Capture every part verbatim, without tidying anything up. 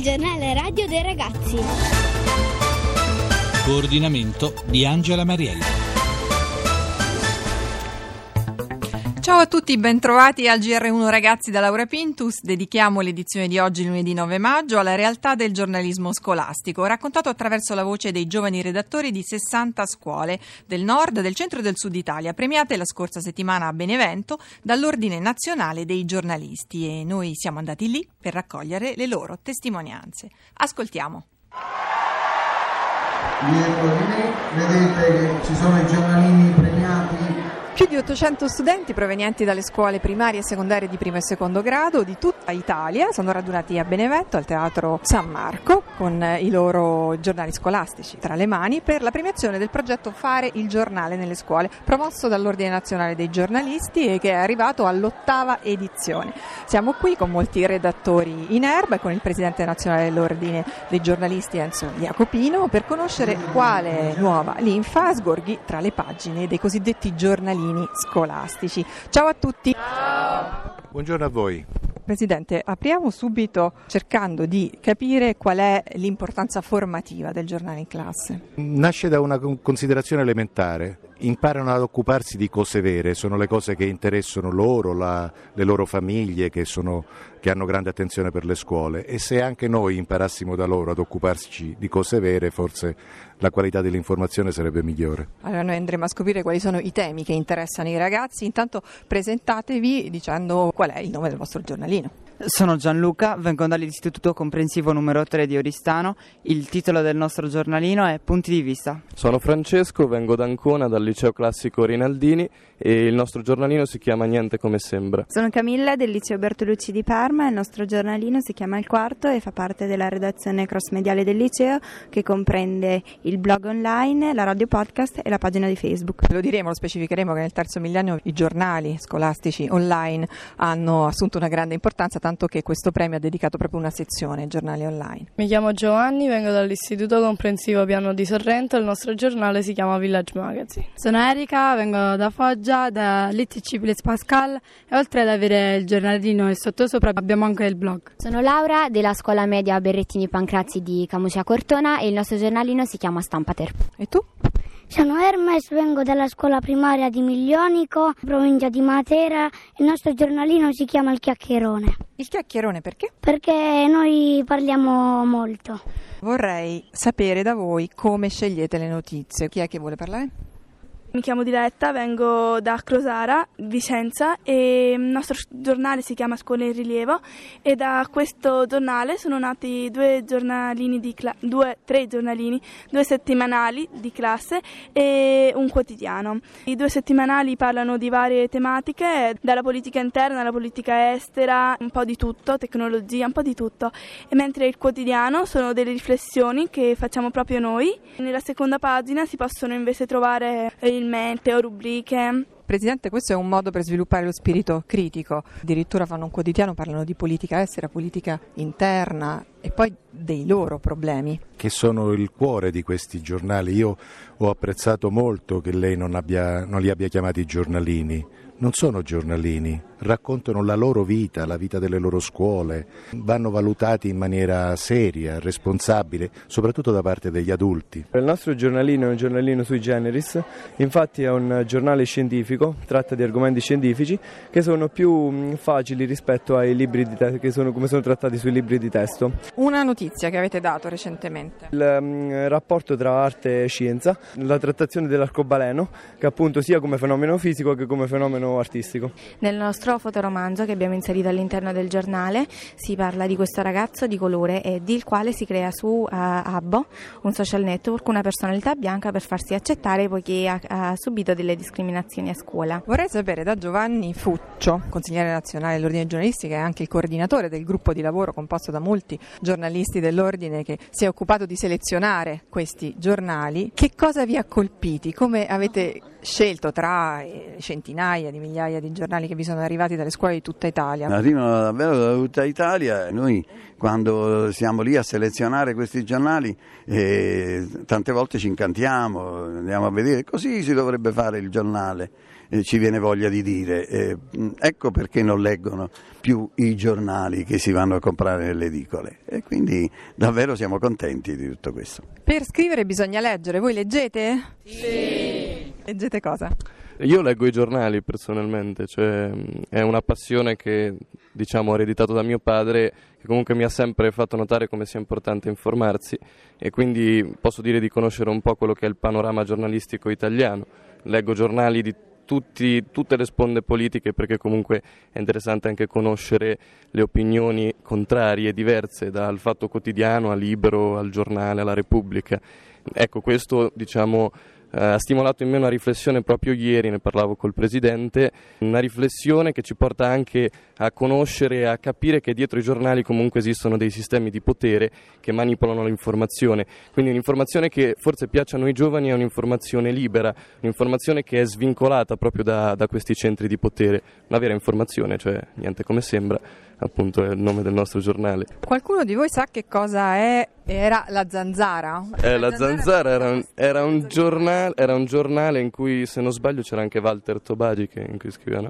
giornale radio dei ragazzi. Coordinamento di Angela Mariella. Ciao a tutti, bentrovati al G R uno Ragazzi da Laura Pintus. Dedichiamo l'edizione di oggi, lunedì nove maggio, alla realtà del giornalismo scolastico, raccontato attraverso la voce dei giovani redattori di sessanta scuole del nord, del centro e del sud Italia, premiate la scorsa settimana a Benevento dall'Ordine Nazionale dei Giornalisti, e noi siamo andati lì per raccogliere le loro testimonianze. Ascoltiamo. Dietro di me vedete che ci sono i giornalini premiati. Più di ottocento studenti provenienti dalle scuole primarie e secondarie di primo e secondo grado di tutta Italia sono radunati a Benevento al Teatro San Marco con i loro giornali scolastici tra le mani per la premiazione del progetto Fare il giornale nelle scuole, promosso dall'Ordine Nazionale dei Giornalisti e che è arrivato all'ottava edizione. Siamo qui con molti redattori in erba e con il presidente nazionale dell'Ordine dei Giornalisti Enzo Jacopino per conoscere quale nuova linfa sgorghi tra le pagine dei cosiddetti giornalini scolastici. Ciao a tutti. Ciao. Buongiorno a voi. Presidente, apriamo subito cercando di capire qual è l'importanza formativa del giornale in classe. Nasce da una considerazione elementare. Imparano ad occuparsi di cose vere, sono le cose che interessano loro, la, le loro famiglie che, sono, che hanno grande attenzione per le scuole, e se anche noi imparassimo da loro ad occuparci di cose vere, forse la qualità dell'informazione sarebbe migliore. Allora noi andremo a scoprire quali sono i temi che interessano i ragazzi. Intanto presentatevi dicendo qual è il nome del vostro giornalino. Sono Gianluca, vengo dall'Istituto Comprensivo numero tre di Oristano. Il titolo del nostro giornalino è Punti di vista. Sono Francesco, vengo da Ancona, dal Liceo Classico Rinaldini, e il nostro giornalino si chiama Niente come sembra. Sono Camilla del Liceo Bertolucci di Parma, il nostro giornalino si chiama Il Quarto e fa parte della redazione cross-mediale del liceo, che comprende il blog online, la radio podcast e la pagina di Facebook. Lo diremo, lo specificheremo che nel terzo millennio i giornali scolastici online hanno assunto una grande importanza, tanto che questo premio ha dedicato proprio una sezione ai giornali online. Mi chiamo Giovanni, vengo dall'Istituto Comprensivo Piano di Sorrento, il nostro giornale si chiama Village Magazine. Sono Erika, vengo da Foggia, dall'I T C Blaise Pascal, e oltre ad avere il giornalino e sottosopra abbiamo anche il blog. Sono Laura della scuola media Berrettini Pancrazzi di Camusia Cortona e il nostro giornalino si chiama Stampater. E tu? Sono Hermes, vengo dalla scuola primaria di Miglionico, provincia di Matera. Il nostro giornalino si chiama Il Chiacchierone. Il Chiacchierone perché? Perché noi parliamo molto. Vorrei sapere da voi come scegliete le notizie. Chi è che vuole parlare? Mi chiamo Diletta, vengo da Crosara, Vicenza, e il nostro giornale si chiama Scuola in Rilievo, e da questo giornale sono nati due giornalini di cla- due, tre giornalini, due settimanali di classe e un quotidiano. I due settimanali parlano di varie tematiche, dalla politica interna alla politica estera, un po' di tutto, tecnologia, un po' di tutto, e mentre il quotidiano sono delle riflessioni che facciamo proprio noi. Nella seconda pagina si possono invece trovare il meteo, rubriche. Presidente, questo è un modo per sviluppare lo spirito critico. Addirittura fanno un quotidiano, parlano di politica estera, politica interna e poi dei loro problemi. Che sono il cuore di questi giornali. Io ho apprezzato molto che lei non, abbia, non li abbia chiamati giornalini. Non sono giornalini, raccontano la loro vita, la vita delle loro scuole, vanno valutati in maniera seria, responsabile, soprattutto da parte degli adulti. Il nostro giornalino è un giornalino sui generis, infatti è un giornale scientifico, tratta di argomenti scientifici che sono più facili rispetto ai libri di testo, che sono come sono trattati sui libri di testo. Una notizia che avete dato recentemente. Il um, rapporto tra arte e scienza, la trattazione dell'arcobaleno, che appunto sia come fenomeno fisico che come fenomeno artistico. Nel nostro fotoromanzo che abbiamo inserito all'interno del giornale si parla di questo ragazzo di colore e del quale si crea su uh, Abbo, un social network, una personalità bianca per farsi accettare poiché ha, ha subito delle discriminazioni a scuola. Vorrei sapere da Giovanni Fuccio, consigliere nazionale dell'Ordine dei Giornalisti, che è anche il coordinatore del gruppo di lavoro composto da molti giornalisti dell'Ordine che si è occupato di selezionare questi giornali, che cosa vi ha colpiti? Come avete scelto tra centinaia di di migliaia di giornali che vi sono arrivati dalle scuole di tutta Italia. Arrivano davvero da tutta Italia e noi quando siamo lì a selezionare questi giornali eh, tante volte ci incantiamo, andiamo a vedere, così si dovrebbe fare il giornale, eh, ci viene voglia di dire, eh, ecco perché non leggono più i giornali che si vanno a comprare nelle edicole e quindi davvero siamo contenti di tutto questo. Per scrivere bisogna leggere, voi leggete? Sì! Leggete cosa? Io leggo i giornali personalmente, cioè è una passione che diciamo ho ereditato da mio padre, che comunque mi ha sempre fatto notare come sia importante informarsi e quindi posso dire di conoscere un po' quello che è il panorama giornalistico italiano. Leggo giornali di tutti, tutte le sponde politiche perché comunque è interessante anche conoscere le opinioni contrarie, diverse, dal Fatto Quotidiano al Libero, al Giornale, alla Repubblica. Ecco, questo diciamo ha stimolato in me una riflessione proprio ieri, ne parlavo col Presidente, una riflessione che ci porta anche a conoscere e a capire che dietro i giornali comunque esistono dei sistemi di potere che manipolano l'informazione, quindi un'informazione che forse piace a noi giovani è un'informazione libera, un'informazione che è svincolata proprio da, da questi centri di potere, una vera informazione, cioè niente come sembra, appunto è il nome del nostro giornale. Qualcuno di voi sa che cosa è era la Zanzara? Eh, la Zanzara era un, era, un giornale, era un giornale in cui, se non sbaglio, c'era anche Walter Tobagi che, in cui scrivevano,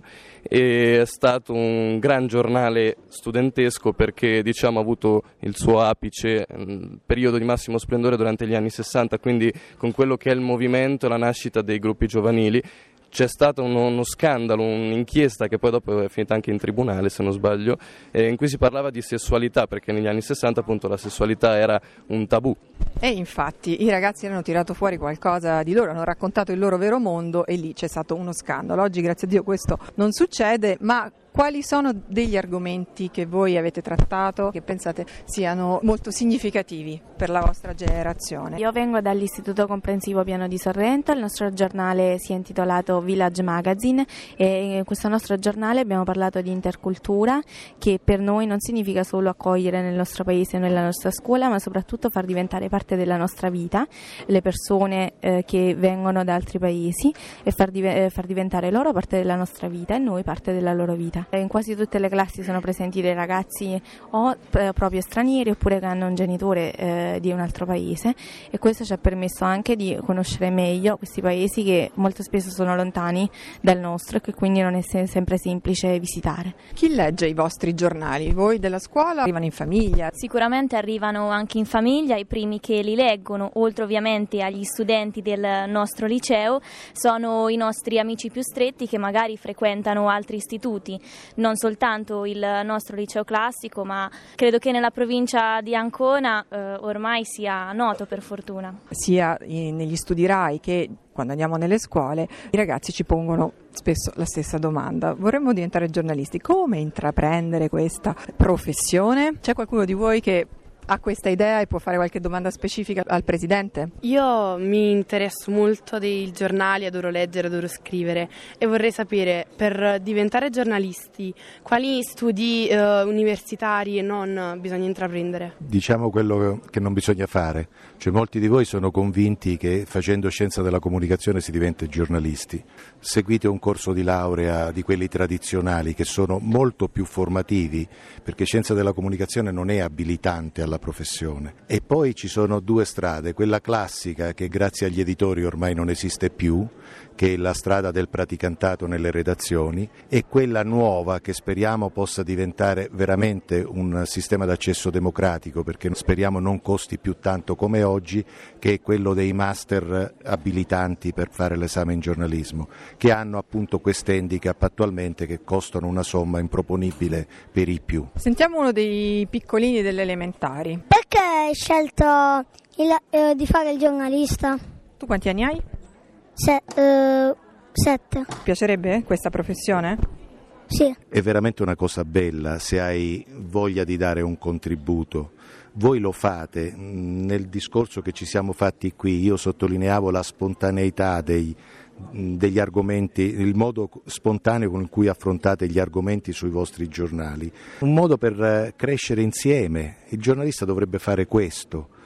e è stato un gran giornale studentesco perché diciamo ha avuto il suo apice, il periodo di massimo splendore durante gli anni sessanta, quindi con quello che è il movimento e la nascita dei gruppi giovanili. C'è stato uno, uno scandalo, un'inchiesta che poi dopo è finita anche in tribunale, se non sbaglio, eh, in cui si parlava di sessualità, perché negli anni sessanta appunto la sessualità era un tabù. E infatti i ragazzi hanno tirato fuori qualcosa di loro, hanno raccontato il loro vero mondo e lì c'è stato uno scandalo. Oggi grazie a Dio questo non succede, ma quali sono degli argomenti che voi avete trattato che pensate siano molto significativi per la vostra generazione? Io vengo dall'Istituto Comprensivo Piano di Sorrento, il nostro giornale si è intitolato Village Magazine e in questo nostro giornale abbiamo parlato di intercultura, che per noi non significa solo accogliere nel nostro paese, nella nostra scuola, ma soprattutto far diventare parte della nostra vita le persone eh, che vengono da altri paesi e far, div- far diventare loro parte della nostra vita e noi parte della loro vita. In quasi tutte le classi sono presenti dei ragazzi o eh, proprio stranieri oppure che hanno un genitore eh, di un altro paese e questo ci ha permesso anche di conoscere meglio questi paesi che molto spesso sono lontani dal nostro e che quindi non è se- sempre semplice visitare. Chi legge i vostri giornali? Voi della scuola? Arrivano in famiglia? Sicuramente arrivano anche in famiglia, i primi che li leggono, oltre ovviamente agli studenti del nostro liceo, sono i nostri amici più stretti che magari frequentano altri istituti. Non soltanto il nostro liceo classico, ma credo che nella provincia di Ancona eh, ormai sia noto, per fortuna. Sia in, negli studi RAI che quando andiamo nelle scuole, i ragazzi ci pongono spesso la stessa domanda: vorremmo diventare giornalisti, come intraprendere questa professione? C'è qualcuno di voi che ha questa idea e può fare qualche domanda specifica al Presidente? Io mi interesso molto dei giornali, adoro leggere, adoro scrivere e vorrei sapere, per diventare giornalisti, quali studi eh, universitari e non bisogna intraprendere? Diciamo quello che non bisogna fare, cioè molti di voi sono convinti che facendo scienza della comunicazione si diventa giornalisti. Seguite un corso di laurea di quelli tradizionali che sono molto più formativi, perché scienza della comunicazione non è abilitante alla professione. E poi ci sono due strade, quella classica che grazie agli editori ormai non esiste più, che è la strada del praticantato nelle redazioni, e quella nuova che speriamo possa diventare veramente un sistema d'accesso democratico, perché speriamo non costi più tanto come oggi, che è quello dei master abilitanti per fare l'esame in giornalismo, che hanno appunto questo handicap attualmente, che costano una somma improponibile per i più. Sentiamo uno dei piccolini delle elementari. Perché hai scelto il, eh, di fare il giornalista? Tu quanti anni hai? Se, eh, sette. Ti piacerebbe questa professione? Sì. È veramente una cosa bella se hai voglia di dare un contributo. Voi lo fate. Nel discorso che ci siamo fatti qui io sottolineavo la spontaneità dei degli argomenti, il modo spontaneo con cui affrontate gli argomenti sui vostri giornali, un modo per crescere insieme. Il giornalista dovrebbe fare questo,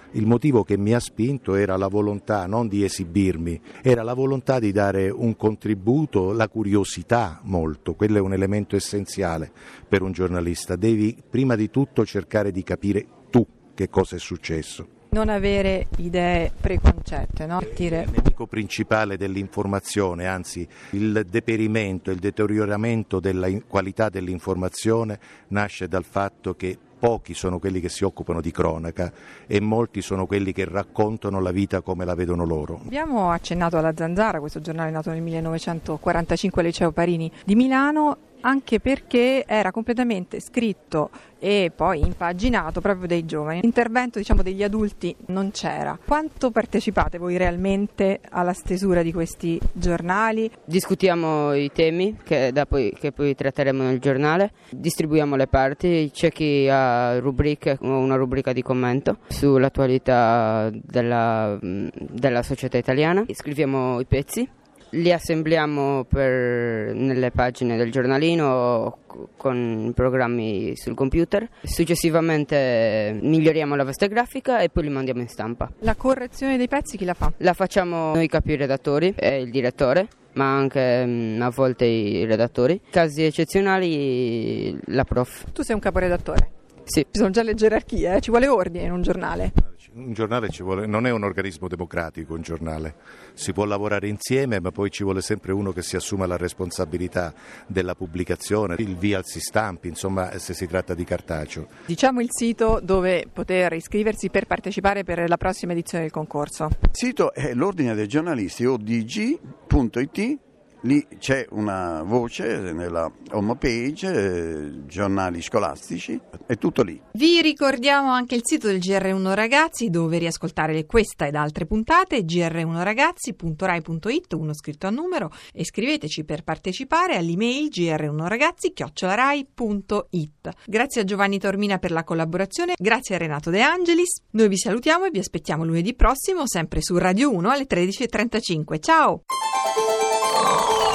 Il motivo che mi ha spinto era la volontà non di esibirmi, era la volontà di dare un contributo, la curiosità molto, quello è un elemento essenziale per un giornalista, devi prima di tutto cercare di capire tu che cosa è successo. Non avere idee preconcette, no? Il nemico principale dell'informazione, anzi il deperimento, il deterioramento della qualità dell'informazione nasce dal fatto che pochi sono quelli che si occupano di cronaca e molti sono quelli che raccontano la vita come la vedono loro. Abbiamo accennato alla Zanzara, questo giornale nato nel millenovecentoquarantacinque al Liceo Parini di Milano, anche perché era completamente scritto e poi impaginato proprio dai giovani. L'intervento, diciamo, degli adulti non c'era. Quanto partecipate voi realmente alla stesura di questi giornali? Discutiamo i temi che, da poi, che poi tratteremo nel giornale, distribuiamo le parti, c'è chi ha rubriche, una rubrica di commento sull'attualità della, della società italiana, scriviamo i pezzi. Li assembliamo per, nelle pagine del giornalino con programmi sul computer, successivamente miglioriamo la veste grafica e poi li mandiamo in stampa. La correzione dei pezzi chi la fa? La facciamo noi capiredattori e il direttore, ma anche mh, a volte i redattori. Casi eccezionali la prof. Tu sei un caporedattore? Sì. Ci sono già le gerarchie, eh? Ci vuole ordine in un giornale. Un giornale ci vuole, non è un organismo democratico un giornale, si può lavorare insieme ma poi ci vuole sempre uno che si assuma la responsabilità della pubblicazione, il via al si stampi, insomma se si tratta di cartaceo. Diciamo il sito dove poter iscriversi per partecipare per la prossima edizione del concorso. Il sito è l'Ordine dei Giornalisti o d g punto i t. Lì c'è una voce nella home page, eh, giornali scolastici, è tutto lì. Vi ricordiamo anche il sito del G R uno Ragazzi dove riascoltare questa ed altre puntate, g r uno ragazzi punto rai punto i t, uno scritto a numero, e scriveteci per partecipare all'email g r uno ragazzi chiocciola rai punto i t. Grazie a Giovanni Tormina per la collaborazione, grazie a Renato De Angelis, noi vi salutiamo e vi aspettiamo lunedì prossimo sempre su Radio uno alle tredici e trentacinque. Ciao!